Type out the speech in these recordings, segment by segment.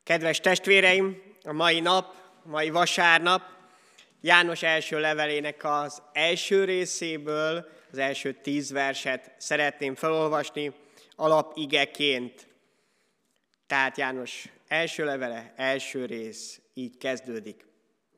Kedves testvéreim, a mai vasárnap János első levelének az első részéből az első 10 verset szeretném felolvasni alapigeként. Tehát János első levele, első rész így kezdődik.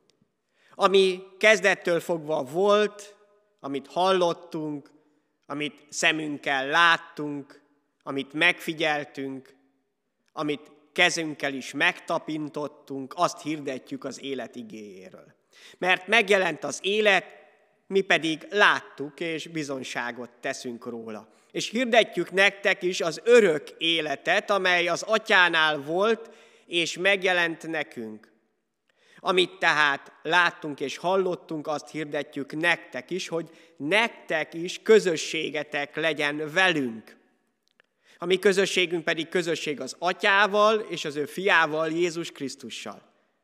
Ami kezdettől fogva volt, amit hallottunk, amit szemünkkel láttunk, amit megfigyeltünk, amit kezünkkel is megtapintottunk, azt hirdetjük az élet igéjéről. Mert megjelent az élet, mi pedig láttuk, és bizonyságot teszünk róla. És hirdetjük nektek is az örök életet, amely az Atyánál volt, és megjelent nekünk. Amit tehát láttunk és hallottunk, azt hirdetjük nektek is, hogy nektek is közösségetek legyen velünk. A mi közösségünk pedig közösség az Atyával és az ő fiával, Jézus Krisztussal.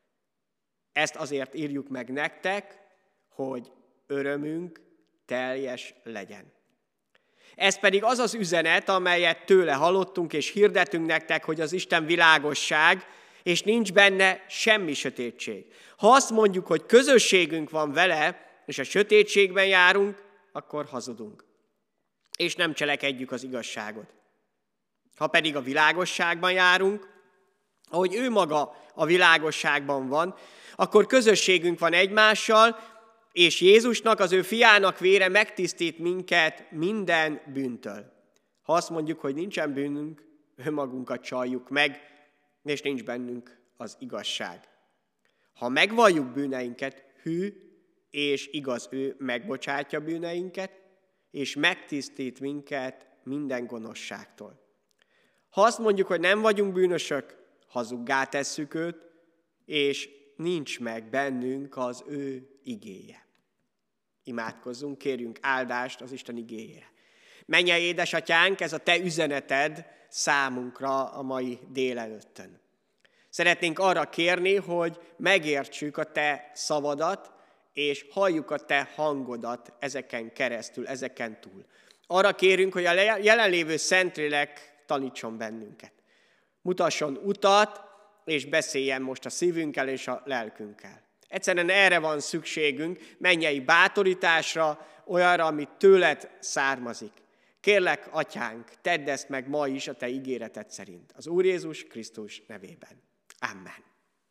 Ezt azért írjuk meg nektek, hogy örömünk teljes legyen. Ez pedig az az üzenet, amelyet tőle hallottunk és hirdetünk nektek, hogy az Isten világosság, és nincs benne semmi sötétség. Ha azt mondjuk, hogy közösségünk van vele, és a sötétségben járunk, akkor hazudunk. És nem cselekedjük az igazságot. Ha pedig a világosságban járunk, ahogy ő maga a világosságban van, akkor közösségünk van egymással, és Jézusnak, az ő fiának vére megtisztít minket minden bűntől. Ha azt mondjuk, hogy nincsen bűnünk, önmagunkat csaljuk meg, és nincs bennünk az igazság. Ha megvalljuk bűneinket, hű és igaz ő megbocsátja bűneinket, és megtisztít minket minden gonoszságtól. Ha azt mondjuk, hogy nem vagyunk bűnösök, hazuggá tesszük őt, és nincs meg bennünk az ő igéje. Imádkozzunk, kérjünk áldást az Isten igéjére. Mennyei édesatyánk, ez a te üzeneted számunkra a mai délelőttön. Szeretnénk arra kérni, hogy megértsük a te szavadat, és halljuk a te hangodat ezeken keresztül, ezeken túl. Arra kérünk, hogy a jelenlévő Szentlélek tanítson bennünket. Mutasson utat, és beszéljen most a szívünkkel és a lelkünkkel. Egyszerűen erre van szükségünk, mennyei bátorításra, olyanra, amit tőled származik. Kérlek, Atyánk, tedd ezt meg ma is a te ígéreted szerint. Az Úr Jézus Krisztus nevében. Amen.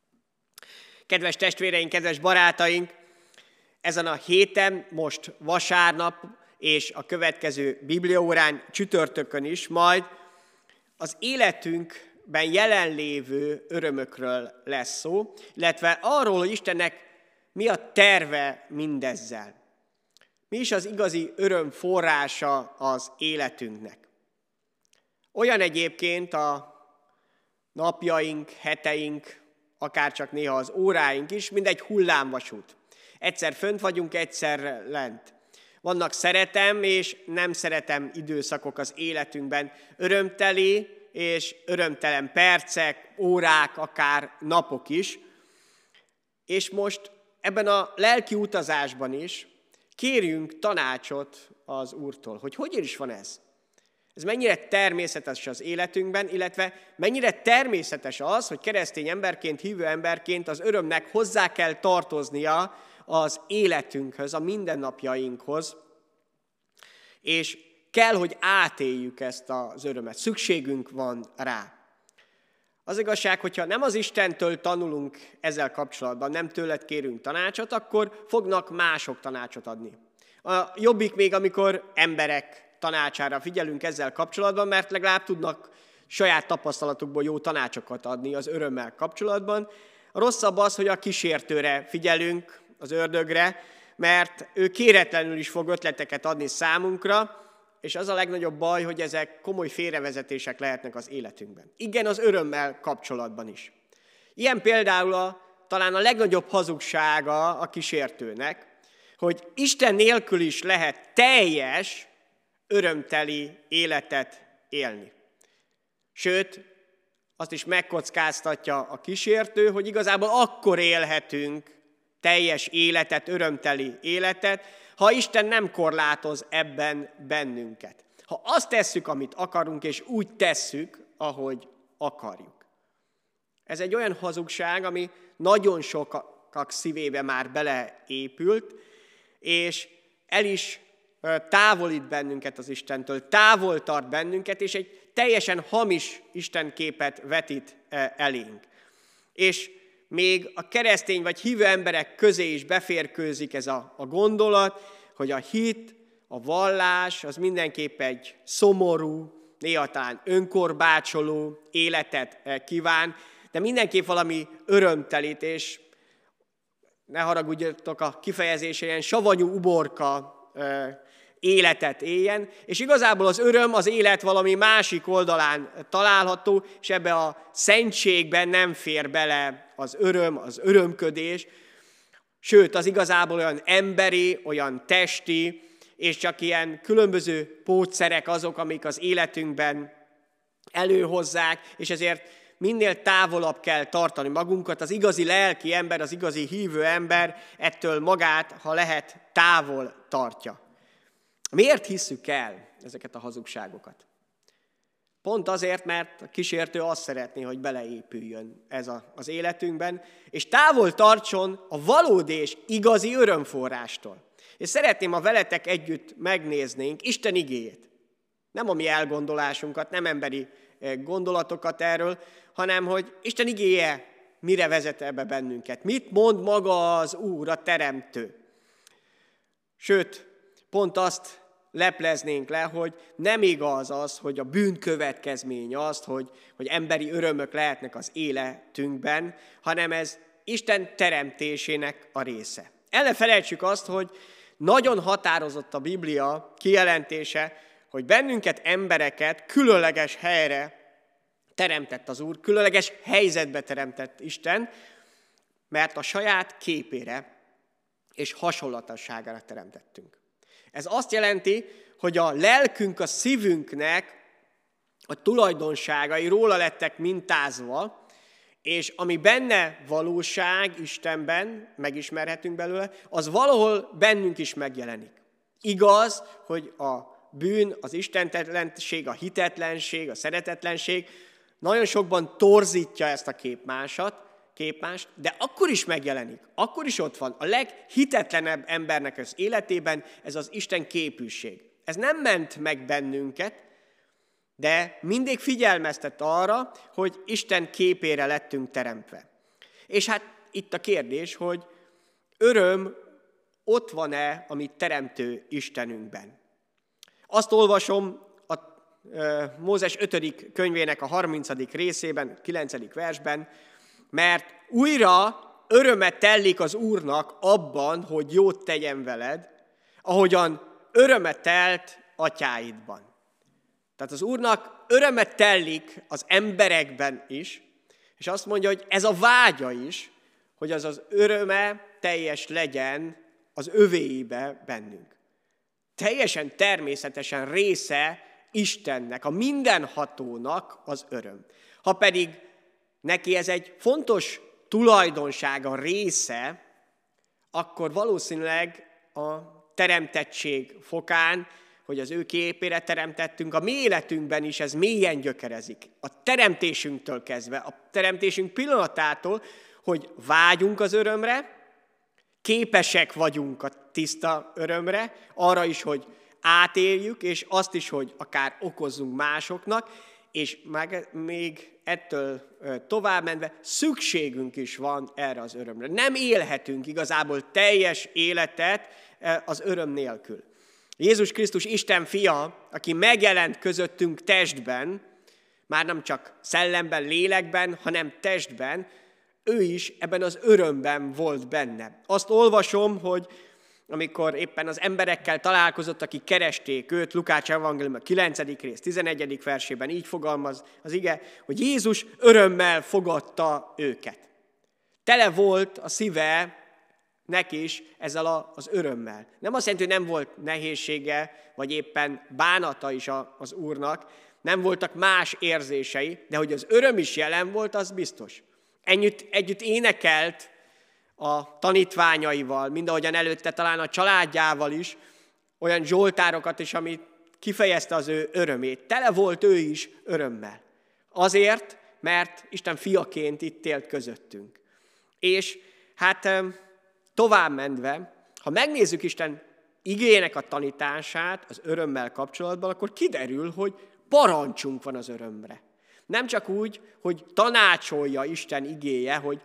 Kedves testvéreink, kedves barátaink, ezen a héten, most vasárnap, és a következő bibliaórán csütörtökön is majd az életünkben jelenlévő örömökről lesz szó, illetve arról, hogy Istennek mi a terve mindezzel. Mi is az igazi öröm forrása az életünknek. Olyan egyébként a napjaink, heteink, akár csak néha az óráink is, mint egy hullámvasút. Egyszer fönt vagyunk, egyszer lent. Vannak szeretem és nem szeretem időszakok az életünkben, örömteli és örömtelen percek, órák, akár napok is. És most ebben a lelki utazásban is kérjünk tanácsot az Úrtól, hogy hogyan is van ez. Ez mennyire természetes az életünkben, illetve mennyire természetes az, hogy keresztény emberként, hívő emberként az örömnek hozzá kell tartoznia az életünkhöz, a mindennapjainkhoz, és kell, hogy átéljük ezt az örömet. Szükségünk van rá. Az igazság, hogyha nem az Istentől tanulunk ezzel kapcsolatban, nem tőled kérünk tanácsot, akkor fognak mások tanácsot adni. A jobbik még, amikor emberek tanácsára figyelünk ezzel kapcsolatban, mert legalább tudnak saját tapasztalatukból jó tanácsokat adni az örömmel kapcsolatban. A rosszabb az, hogy a kísértőre figyelünk, az ördögre, mert ő kéretlenül is fog ötleteket adni számunkra, és az a legnagyobb baj, hogy ezek komoly félrevezetések lehetnek az életünkben. Igen, az örömmel kapcsolatban is. Ilyen például talán a legnagyobb hazugsága a kísértőnek, hogy Isten nélkül is lehet teljes, örömteli életet élni. Sőt, azt is megkockáztatja a kísértő, hogy igazából akkor élhetünk teljes életet, örömteli életet, ha Isten nem korlátoz ebben bennünket. Ha azt tesszük, amit akarunk, és úgy tesszük, ahogy akarjuk. Ez egy olyan hazugság, ami nagyon sokak szívébe már beleépült, és el is távolít bennünket az Istentől, távol tart bennünket, és egy teljesen hamis istenképet vetít elénk. És még a keresztény vagy hívő emberek közé is beférkőzik ez a gondolat, hogy a hit, a vallás az mindenképp egy szomorú, néha talán önkorbácsoló életet kíván, de mindenképp valami örömtelit, és ne haragudjatok a kifejezésre, ilyen savanyú uborka életet éljen, és igazából az öröm, az élet valami másik oldalán található, és ebbe a szentségben nem fér bele az öröm, az örömködés, sőt, az igazából olyan emberi, olyan testi, és csak ilyen különböző pótszerek azok, amik az életünkben előhozzák, és ezért minél távolabb kell tartani magunkat, az igazi lelki ember, az igazi hívő ember ettől magát, ha lehet, távol tartja. Miért hisszük el ezeket a hazugságokat? Pont azért, mert a kísértő azt szeretné, hogy beleépüljön ez az életünkben, és távol tartson a valódi és igazi örömforrástól. És szeretném, ha veletek együtt megnéznénk Isten igéjét. Nem a mi elgondolásunkat, nem emberi gondolatokat erről, hanem hogy Isten igéje mire vezet ebbe bennünket. Mit mond maga az Úr, a Teremtő? Sőt, pont azt lepleznénk le, hogy nem igaz az, hogy a bűn következmény az, hogy emberi örömök lehetnek az életünkben, hanem ez Isten teremtésének a része. El ne felejtsük azt, hogy nagyon határozott a Biblia kijelentése, hogy bennünket, embereket különleges helyre teremtett az Úr, különleges helyzetbe teremtett Isten, mert a saját képére és hasonlatosságára teremtettünk. Ez azt jelenti, hogy a lelkünk, a szívünknek a tulajdonságai róla lettek mintázva, és ami benne valóság Istenben, megismerhetünk belőle, az valahol bennünk is megjelenik. Igaz, hogy a bűn, az istentelenség, a hitetlenség, a szeretetlenség nagyon sokban torzítja ezt a képmást, de akkor is megjelenik, akkor is ott van. A leghitetlenebb embernek az életében ez az Isten képűség. Ez nem ment meg bennünket, de mindig figyelmeztet arra, hogy Isten képére lettünk teremtve. És hát itt a kérdés, hogy öröm ott van-e a mi teremtő Istenünkben. Azt olvasom a Mózes 5. könyvének a 30. részében, 9. versben, mert újra örömet tellik az Úrnak abban, hogy jót tegyen veled, ahogyan örömet telt atyáidban. Tehát az Úrnak örömet tellik az emberekben is, és azt mondja, hogy ez a vágya is, hogy az öröme teljes legyen az övéibe bennünk. Teljesen természetesen része Istennek, a mindenhatónak az öröm. Ha pedig neki ez egy fontos tulajdonsága, része, akkor valószínűleg a teremtettség fokán, hogy az ő képére teremtettünk, a mi életünkben is ez mélyen gyökerezik. A teremtésünktől kezdve, a teremtésünk pillanatától, hogy vágyunk az örömre, képesek vagyunk a tiszta örömre, arra is, hogy átéljük, és azt is, hogy akár okozzunk másoknak, és még ettől tovább menve szükségünk is van erre az örömre. Nem élhetünk igazából teljes életet az öröm nélkül. Jézus Krisztus Isten fia, aki megjelent közöttünk testben, már nem csak szellemben, lélekben, hanem testben, ő is ebben az örömben volt benne. Azt olvasom, hogy amikor éppen az emberekkel találkozott, akik keresték őt, Lukács evangélium a 9. rész, 11. versében így fogalmaz az ige, hogy Jézus örömmel fogadta őket. Tele volt a szíve neki is ezzel az örömmel. Nem azt jelenti, hogy nem volt nehézsége, vagy éppen bánata is az Úrnak, nem voltak más érzései, de hogy az öröm is jelen volt, az biztos. Együtt énekelt a tanítványaival, mindahogyan előtte talán a családjával is, olyan zsoltárokat is, amit kifejezte az ő örömét. Tele volt ő is örömmel. Azért, mert Isten fiaként itt élt közöttünk. És hát tovább menve, ha megnézzük Isten igének a tanítását az örömmel kapcsolatban, akkor kiderül, hogy parancsunk van az örömre. Nem csak úgy, hogy tanácsolja Isten igéje, hogy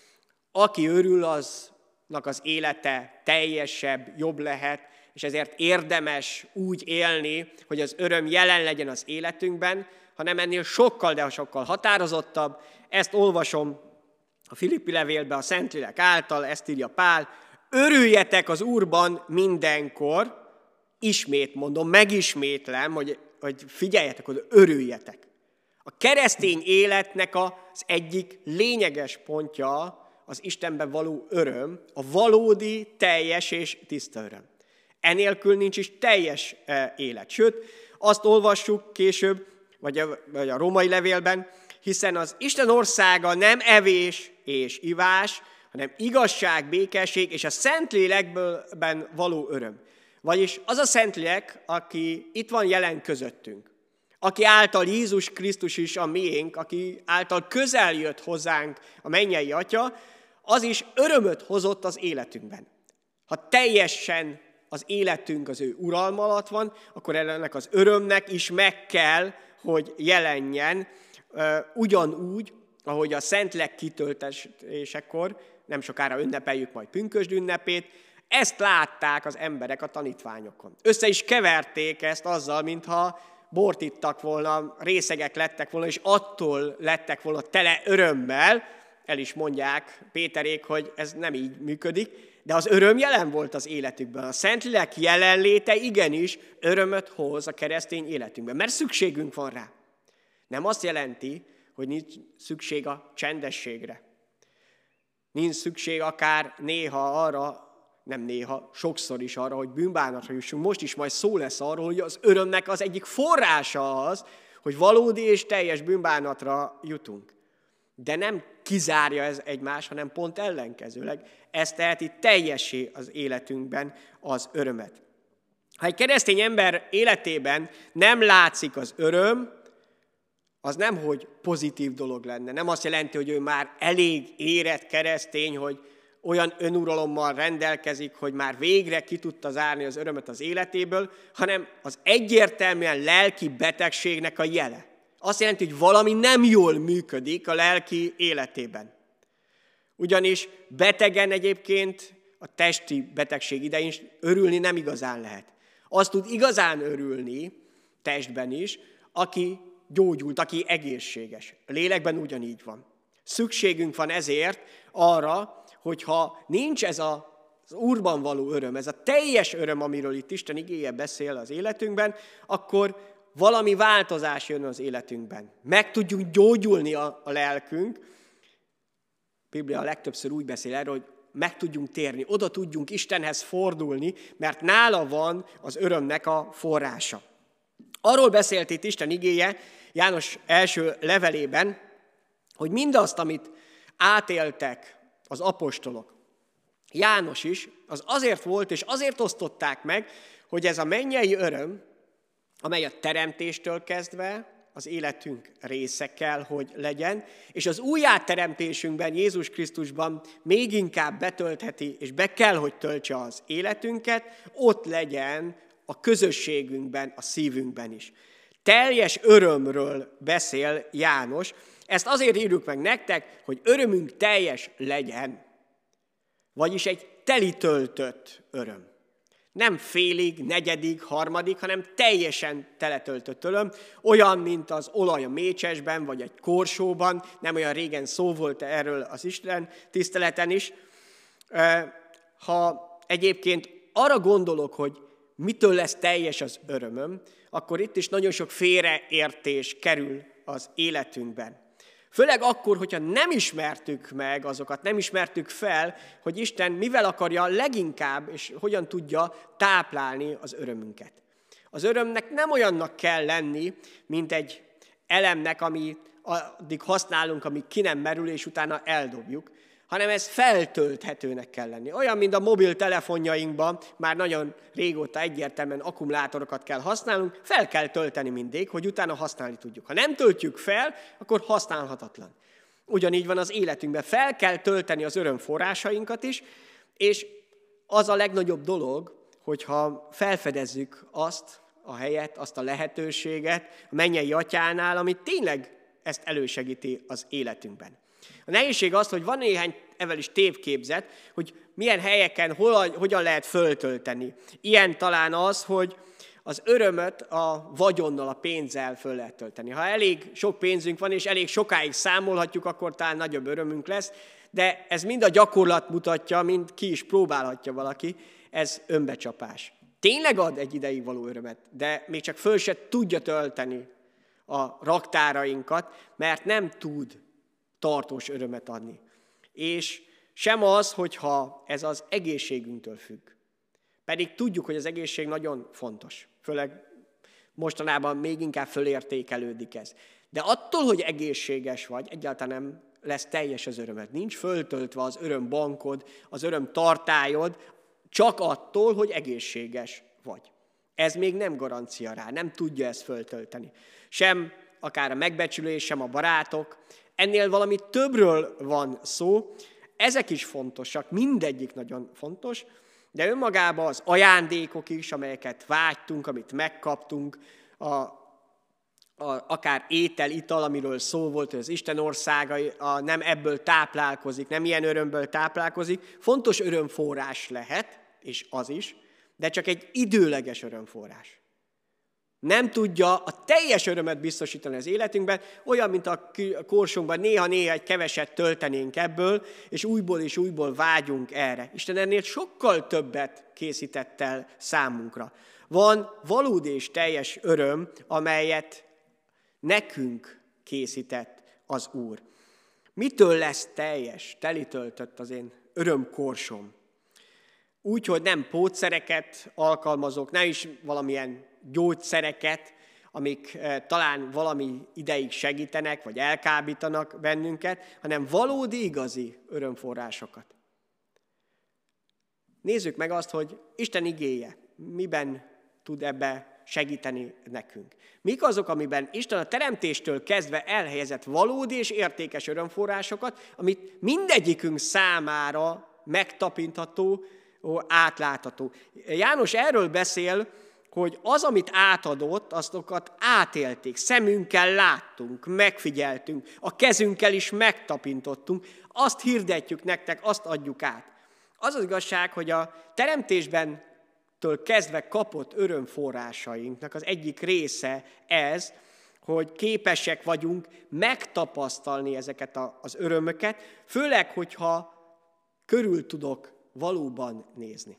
aki örül, aznak az élete teljesebb, jobb lehet, és ezért érdemes úgy élni, hogy az öröm jelen legyen az életünkben, hanem ennél sokkal, de sokkal határozottabb. Ezt olvasom a Filippi levélben a Szentlélek által, ezt írja Pál: örüljetek az Úrban mindenkor, ismét mondom, megismétlem, hogy figyeljetek oda, örüljetek. A keresztény életnek az egyik lényeges pontja az Istenben való öröm, a valódi, teljes és tiszta öröm. Enélkül nincs is teljes élet. Sőt, azt olvassuk később, vagy a római levélben, hiszen az Isten országa nem evés és ivás, hanem igazság, békesség és a Szentlélekben való öröm. Vagyis az a Szentlélek, aki itt van jelen közöttünk, aki által Jézus Krisztus is a miénk, aki által közel jött hozzánk a mennyei Atya, az is örömöt hozott az életünkben. Ha teljesen az életünk az ő uralma alatt van, akkor ennek az örömnek is meg kell, hogy jelenjen ugyanúgy, ahogy a Szentlélek kitöltésekor, nem sokára ünnepeljük majd pünkösd ünnepét, ezt látták az emberek a tanítványokon. Össze is keverték ezt azzal, mintha bort ittak volna, részegek lettek volna, és attól lettek volna tele örömmel. El is mondják Péterék, hogy ez nem így működik, de az öröm jelen volt az életükben. A Szentlélek jelenléte igenis örömöt hoz a keresztény életünkben, mert szükségünk van rá. Nem azt jelenti, hogy nincs szükség a csendességre. Nincs szükség akár néha arra, nem néha, sokszor is arra, hogy bűnbánatra jussunk. Most is majd szó lesz arról, hogy az örömnek az egyik forrása az, hogy valódi és teljes bűnbánatra jutunk. De nem kizárja ez egymást, hanem pont ellenkezőleg. Ez teheti teljessé az életünkben az örömet. Ha egy keresztény ember életében nem látszik az öröm, az nem, hogy pozitív dolog lenne. Nem azt jelenti, hogy ő már elég érett keresztény, hogy olyan önuralommal rendelkezik, hogy már végre ki tudta zárni az örömet az életéből, hanem az egyértelműen lelki betegségnek a jele. Azt jelenti, hogy valami nem jól működik a lelki életében. Ugyanis betegen egyébként a testi betegség idején is örülni nem igazán lehet. Azt tud igazán örülni testben is, aki gyógyult, aki egészséges. A lélekben ugyanígy van. Szükségünk van ezért arra, hogyha nincs ez az Úrban való öröm, ez a teljes öröm, amiről itt Isten igéje beszél az életünkben, akkor valami változás jön az életünkben. Meg tudjunk gyógyulni a lelkünk. A Biblia legtöbbször úgy beszél erről, hogy meg tudjunk térni, oda tudjunk Istenhez fordulni, mert nála van az örömnek a forrása. Arról beszélt itt Isten igéje János első levelében, hogy mindazt, amit átéltek az apostolok, János is, az azért volt, és azért osztották meg, hogy ez a mennyei öröm, amely a teremtéstől kezdve az életünk része kell, hogy legyen, és az újjáteremtésünkben, Jézus Krisztusban még inkább betöltheti, és be kell, hogy töltse az életünket, ott legyen a közösségünkben, a szívünkben is. Teljes örömről beszél János, ezt azért írjuk meg nektek, hogy örömünk teljes legyen, vagyis egy teli töltött öröm. Nem félig, negyedik, harmadik, hanem teljesen teletöltött öröm, olyan, mint az olaj a mécsesben, vagy egy korsóban, nem olyan régen szó volt erről az Isten tiszteleten is. Ha egyébként arra gondolok, hogy mitől lesz teljes az örömöm, akkor itt is nagyon sok félreértés kerül az életünkben. Főleg akkor, hogyha nem ismertük meg azokat, nem ismertük fel, hogy Isten mivel akarja leginkább, és hogyan tudja táplálni az örömünket. Az örömnek nem olyannak kell lenni, mint egy elemnek, ami addig használunk, amíg ki nem merül, és utána eldobjuk, hanem ez feltölthetőnek kell lenni. Olyan, mint a mobiltelefonjainkban, már nagyon régóta egyértelműen akkumulátorokat kell használnunk, fel kell tölteni mindig, hogy utána használni tudjuk. Ha nem töltjük fel, akkor használhatatlan. Ugyanígy van az életünkben. Fel kell tölteni az örömforrásainkat is, és az a legnagyobb dolog, hogyha felfedezzük azt a helyet, azt a lehetőséget a mennyei atyánál, ami tényleg ezt elősegíti az életünkben. A nehézség az, hogy van néhány evel is tévképzet, hogy milyen helyeken, hogyan lehet föltölteni. Ilyen talán az, hogy az örömöt a vagyonnal, a pénzzel föl lehet tölteni. Ha elég sok pénzünk van, és elég sokáig számolhatjuk, akkor talán nagyobb örömünk lesz, de ez mind a gyakorlat mutatja, mind ki is próbálhatja valaki, ez önbecsapás. Tényleg ad egy ideig való örömet, de még csak föl se tudja tölteni a raktárainkat, mert nem tud tartós örömet adni. És sem az, hogyha ez az egészségünktől függ. Pedig tudjuk, hogy az egészség nagyon fontos. Főleg mostanában még inkább fölértékelődik ez. De attól, hogy egészséges vagy, egyáltalán nem lesz teljes az örömed. Nincs föltöltve az örömbankod, az örömtartályod, csak attól, hogy egészséges vagy. Ez még nem garancia rá, nem tudja ezt föltölteni. Sem akár a megbecsülés, sem a barátok. Ennél valami többről van szó. Ezek is fontosak, mindegyik nagyon fontos, de önmagában az ajándékok is, amelyeket vágytunk, amit megkaptunk, akár étel, ital, amiről szó volt, hogy az Isten országa nem ebből táplálkozik, nem ilyen örömből táplálkozik, fontos örömforrás lehet, és az is, de csak egy időleges örömforrás. Nem tudja a teljes örömet biztosítani az életünkben, olyan, mint a korsunkban néha-néha egy keveset töltenénk ebből, és újból vágyunk erre. Isten ennél sokkal többet készített el számunkra. Van valódi és teljes öröm, amelyet nekünk készített az Úr. Mitől lesz teljes, telitöltött az én örömkorsom? Úgy, hogy nem pótszereket alkalmazok, nem is valamilyen gyógyszereket, amik talán valami ideig segítenek, vagy elkábítanak bennünket, hanem valódi, igazi örömforrásokat. Nézzük meg azt, hogy Isten igéje miben tud ebbe segíteni nekünk. Mik azok, amiben Isten a teremtéstől kezdve elhelyezett valódi és értékes örömforrásokat, amit mindegyikünk számára megtapintható, átlátható. János erről beszél, hogy az, amit átadott, azokat átélték, szemünkkel láttunk, megfigyeltünk, a kezünkkel is megtapintottunk, azt hirdetjük nektek, azt adjuk át. Az az igazság, hogy a teremtésben kezdve kapott örömforrásainknak az egyik része ez, hogy képesek vagyunk megtapasztalni ezeket az örömöket, főleg, hogyha körül tudok valóban nézni.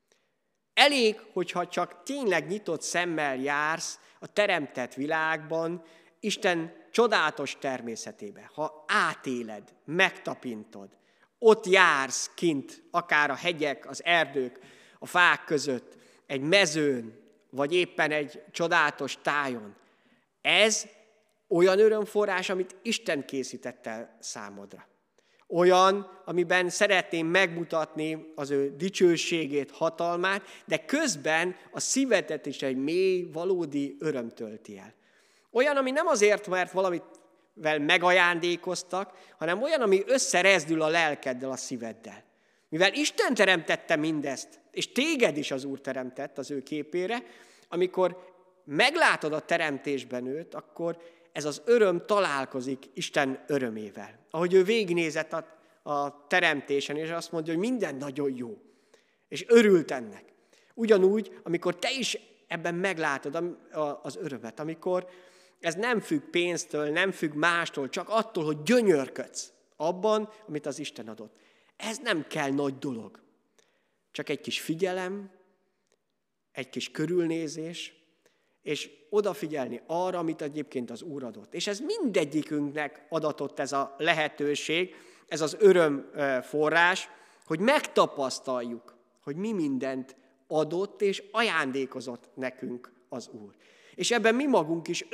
Elég, hogyha csak tényleg nyitott szemmel jársz a teremtett világban, Isten csodálatos természetébe. Ha átéled, megtapintod, ott jársz kint, akár a hegyek, az erdők, a fák között, egy mezőn, vagy éppen egy csodálatos tájon. Ez olyan örömforrás, amit Isten készített el számodra. Olyan, amiben szeretném megmutatni az ő dicsőségét, hatalmát, de közben a szívedet is egy mély, valódi öröm tölti el. Olyan, ami nem azért, mert valamivel megajándékoztak, hanem olyan, ami összerezdül a lelkeddel, a szíveddel. Mivel Isten teremtette mindezt, és téged is az Úr teremtett az ő képére, amikor meglátod a teremtésben őt, akkor ez az öröm találkozik Isten örömével. Ahogy ő végignézett a teremtésen, és azt mondja, hogy minden nagyon jó. És örült ennek. Ugyanúgy, amikor te is ebben meglátod az örömet, amikor ez nem függ pénztől, nem függ mástól, csak attól, hogy gyönyörködsz abban, amit az Isten adott. Ez nem kell nagy dolog. Csak egy kis figyelem, egy kis körülnézés, és odafigyelni arra, amit egyébként az Úr adott. És ez mindegyikünknek adatott ez a lehetőség, ez az örömforrás, hogy megtapasztaljuk, hogy mi mindent adott és ajándékozott nekünk az Úr. És ebben mi magunk is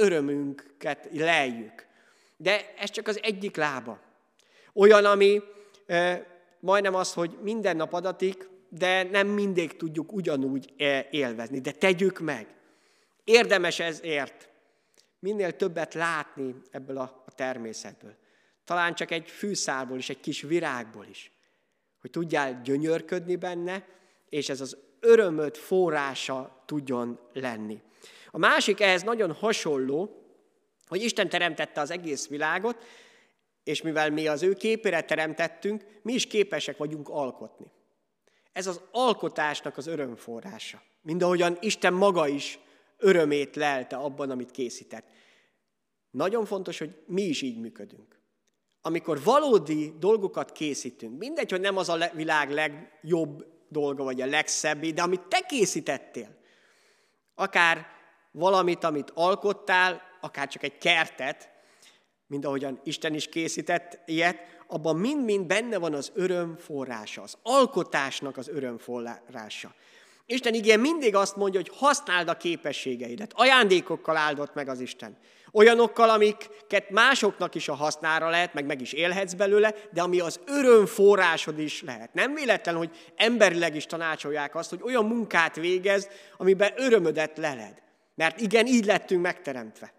örömünket leljük. De ez csak az egyik lába. Olyan, ami majdnem az, hogy minden nap adatik, de nem mindig tudjuk ugyanúgy élvezni. De tegyük meg. Érdemes ezért minél többet látni ebből a természetből. Talán csak egy fűszálból is, egy kis virágból is. Hogy tudjál gyönyörködni benne, és ez az örömöd forrása tudjon lenni. A másik ehhez nagyon hasonló, hogy Isten teremtette az egész világot, és mivel mi az ő képére teremtettünk, mi is képesek vagyunk alkotni. Ez az alkotásnak az örömforrása. Mindahogyan Isten maga is örömét lelte abban, amit készített. Nagyon fontos, hogy mi is így működünk. Amikor valódi dolgokat készítünk, mindegy, hogy nem az a világ legjobb dolga, vagy a legszebbé, de amit te készítettél, akár valamit, amit alkottál, akár csak egy kertet, mint ahogyan Isten is készített ilyet, abban mind-mind benne van az öröm forrása, az alkotásnak az öröm forrása. Isten igén mindig azt mondja, hogy használd a képességeidet. Ajándékokkal áldott meg az Isten. Olyanokkal, amiket másoknak is a hasznára lehet, meg is élhetsz belőle, de ami az öröm forrásod is lehet. Nem véletlen, hogy emberileg is tanácsolják azt, hogy olyan munkát végezz, amiben örömödet leled. Mert igen, így lettünk megteremtve.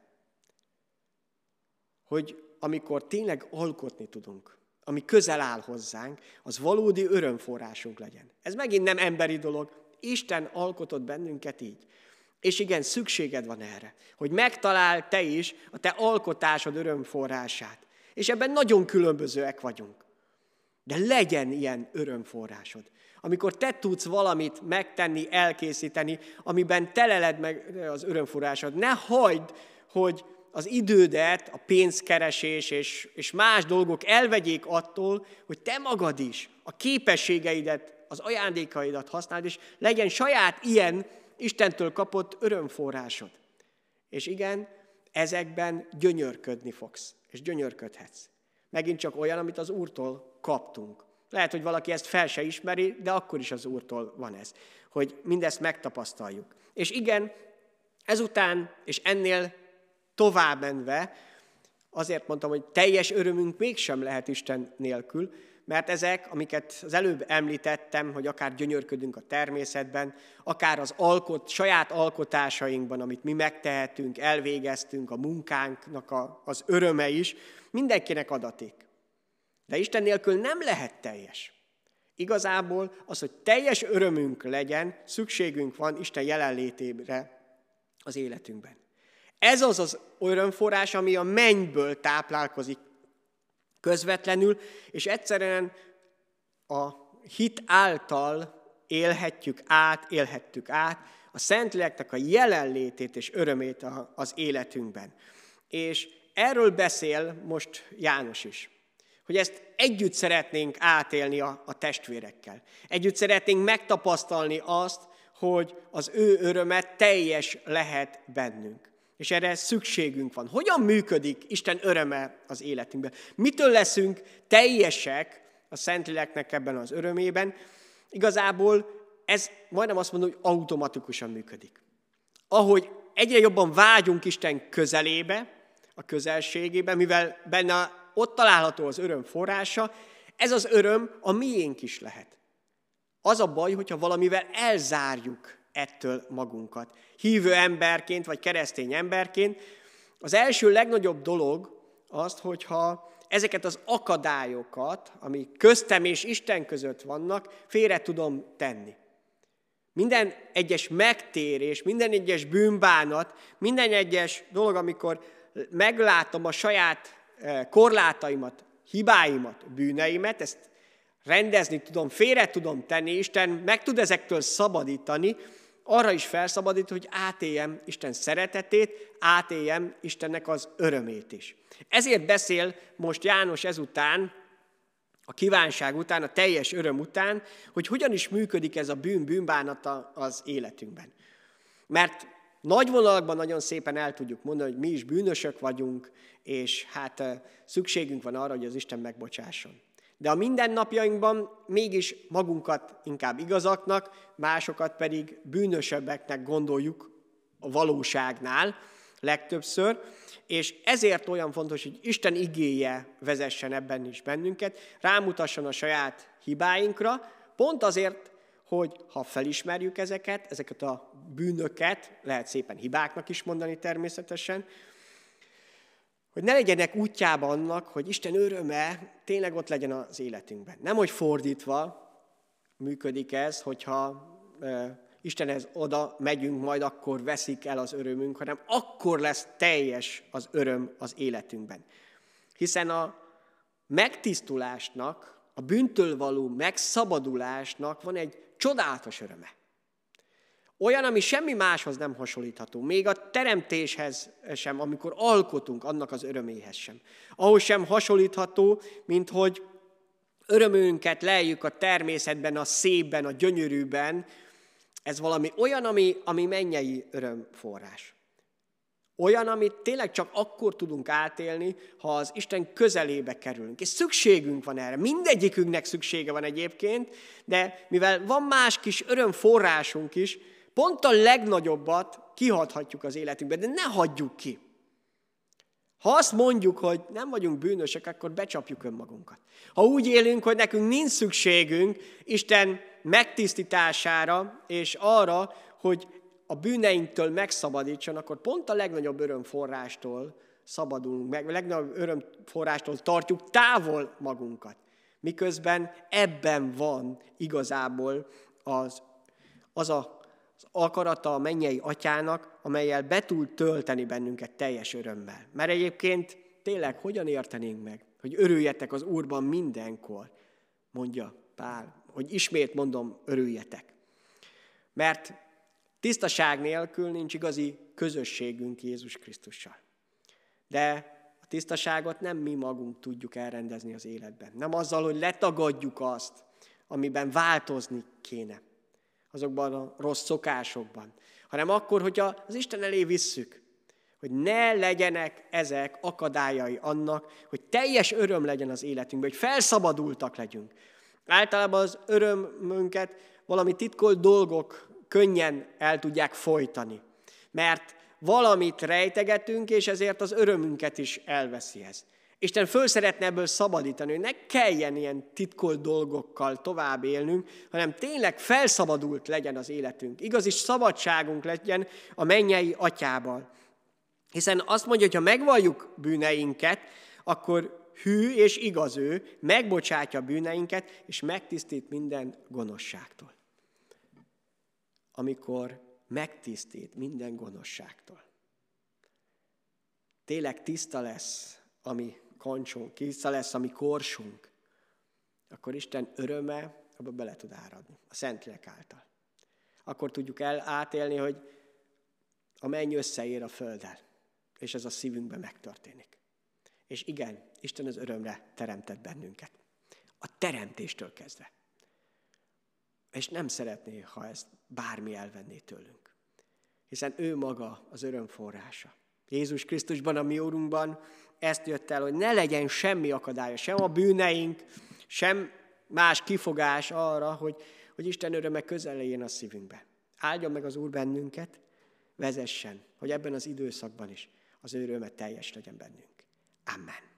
Hogy amikor tényleg alkotni tudunk, ami közel áll hozzánk, az valódi örömforrásunk legyen. Ez megint nem emberi dolog, Isten alkotott bennünket így. És igen, szükséged van erre, hogy megtalál te is a te alkotásod örömforrását. És ebben nagyon különbözőek vagyunk. De legyen ilyen örömforrásod. Amikor te tudsz valamit megtenni, elkészíteni, amiben teleled meg az örömforrásod, ne hagyd, hogy az idődet, a pénzkeresés és más dolgok elvegyék attól, hogy te magad is a képességeidet, az ajándékaidat használd, és legyen saját ilyen Istentől kapott örömforrásod. És igen, ezekben gyönyörködni fogsz, és gyönyörködhetsz. Megint csak olyan, amit az Úrtól kaptunk. Lehet, hogy valaki ezt fel se ismeri, de akkor is az Úrtól van ez, hogy mindezt megtapasztaljuk. És igen, ezután és ennél tovább menve, azért mondtam, hogy teljes örömünk mégsem lehet Isten nélkül, mert ezek, amiket az előbb említettem, hogy akár gyönyörködünk a természetben, akár az saját alkotásainkban, amit mi megtehetünk, elvégeztünk, a munkánknak az öröme is, mindenkinek adatik. De Isten nélkül nem lehet teljes. Igazából az, hogy teljes örömünk legyen, szükségünk van Isten jelenlétére az életünkben. Ez az az örömforrás, ami a mennyből táplálkozik közvetlenül, és egyszerűen a hit által élhettük át a Szentléleknek a jelenlétét és örömét az életünkben. És erről beszél most János is, hogy ezt együtt szeretnénk átélni a testvérekkel. Együtt szeretnénk megtapasztalni azt, hogy az ő öröme teljes lehet bennünk. És erre szükségünk van. Hogyan működik Isten öröme az életünkben? Mitől leszünk teljesek a Szentléleknek ebben az örömében? Igazából ez majdnem azt mondom, hogy automatikusan működik. Ahogy egyre jobban vágyunk Isten közelébe, a közelségébe, mivel benne ott található az öröm forrása, ez az öröm a miénk is lehet. Az a baj, hogyha valamivel elzárjuk ettől magunkat. Hívő emberként, vagy keresztény emberként az első legnagyobb dolog az, hogyha ezeket az akadályokat, ami köztem és Isten között vannak, félre tudom tenni. Minden egyes megtérés, minden egyes bűnbánat, minden egyes dolog, amikor meglátom a saját korlátaimat, hibáimat, bűneimet, ezt rendezni tudom, félre tudom tenni, Isten meg tud ezektől szabadítani, arra is felszabadít, hogy átéljem Isten szeretetét, átéljem Istennek az örömét is. Ezért beszél most János ezután, a kívánság után, a teljes öröm után, hogy hogyan is működik ez a bűnbánata az életünkben. Mert nagy vonalakban nagyon szépen el tudjuk mondani, hogy mi is bűnösök vagyunk, és hát szükségünk van arra, hogy az Isten megbocsásson. De a mindennapjainkban mégis magunkat inkább igazaknak, másokat pedig bűnösebbeknek gondoljuk a valóságnál, legtöbbször, és ezért olyan fontos, hogy Isten igéje vezessen ebben is bennünket, rámutasson a saját hibáinkra, pont azért, hogy ha felismerjük ezeket a bűnöket, lehet szépen hibáknak is mondani természetesen, hogy ne legyenek útjában annak, hogy Isten öröme tényleg ott legyen az életünkben. Nem, hogy fordítva működik ez, hogyha Istenhez oda megyünk, majd akkor veszik el az örömünk, hanem akkor lesz teljes az öröm az életünkben. Hiszen a megtisztulásnak, a bűntől való megszabadulásnak van egy csodálatos öröme. Olyan, ami semmi máshoz nem hasonlítható, még a teremtéshez sem, amikor alkotunk, annak az öröméhez sem. Ahhoz sem hasonlítható, mint hogy örömünket leljük a természetben, a szépben, a gyönyörűben. Ez valami olyan, ami mennyei örömforrás. Olyan, amit tényleg csak akkor tudunk átélni, ha az Isten közelébe kerülünk. És szükségünk van erre. Mindegyikünknek szüksége van egyébként, de mivel van más kis örömforrásunk is, pont a legnagyobbat kihagyhatjuk az életünkbe, de ne hagyjuk ki. Ha azt mondjuk, hogy nem vagyunk bűnösek, akkor becsapjuk önmagunkat. Ha úgy élünk, hogy nekünk nincs szükségünk Isten megtisztítására és arra, hogy a bűneinktől megszabadítson, akkor pont a legnagyobb örömforrástól szabadulunk meg, a legnagyobb örömforrástól tartjuk távol magunkat. Miközben ebben van igazából az akarata a mennyei atyának, amellyel be tud tölteni bennünket teljes örömmel. Mert egyébként tényleg hogyan értenénk meg, hogy örüljetek az Úrban mindenkor, mondja Pál, hogy ismét mondom, örüljetek. Mert tisztaság nélkül nincs igazi közösségünk Jézus Krisztussal. De a tisztaságot nem mi magunk tudjuk elrendezni az életben. Nem azzal, hogy letagadjuk azt, amiben változni kéne, azokban a rossz szokásokban, hanem akkor, hogyha az Isten elé visszük, hogy ne legyenek ezek akadályai annak, hogy teljes öröm legyen az életünkben, hogy felszabadultak legyünk. Általában az örömünket valami titkolt dolgok könnyen el tudják folytani, mert valamit rejtegetünk, és ezért az örömünket is elveszi ez. Isten föl szeretne ebből szabadítani, hogy ne kelljen ilyen titkolt dolgokkal tovább élnünk, hanem tényleg felszabadult legyen az életünk. Igazi szabadságunk legyen a mennyei atyával. Hiszen azt mondja, hogy ha megvalljuk bűneinket, akkor hű és igaz ő, megbocsátja a bűneinket, és megtisztít minden gonoszságtól. Amikor megtisztít minden gonoszságtól. Tényleg tiszta lesz a mi kancsunk, tiszta lesz a mi korsunk, akkor Isten öröme abba bele tud áradni, a Szentlélek által. Akkor tudjuk átélni, hogy a menny összeér a földdel, és ez a szívünkben megtörténik. És igen, Isten az örömre teremtett bennünket. A teremtéstől kezdve. És nem szeretné, ha ezt bármi elvenné tőlünk. Hiszen ő maga az öröm forrása. Jézus Krisztusban, a mi Úrunkban ezt jött el, hogy ne legyen semmi akadálya, sem a bűneink, sem más kifogás arra, hogy Isten öröme közel legyen a szívünkbe. Áldjon meg az Úr bennünket, vezessen, hogy ebben az időszakban is az ő öröme teljes legyen bennünk. Amen.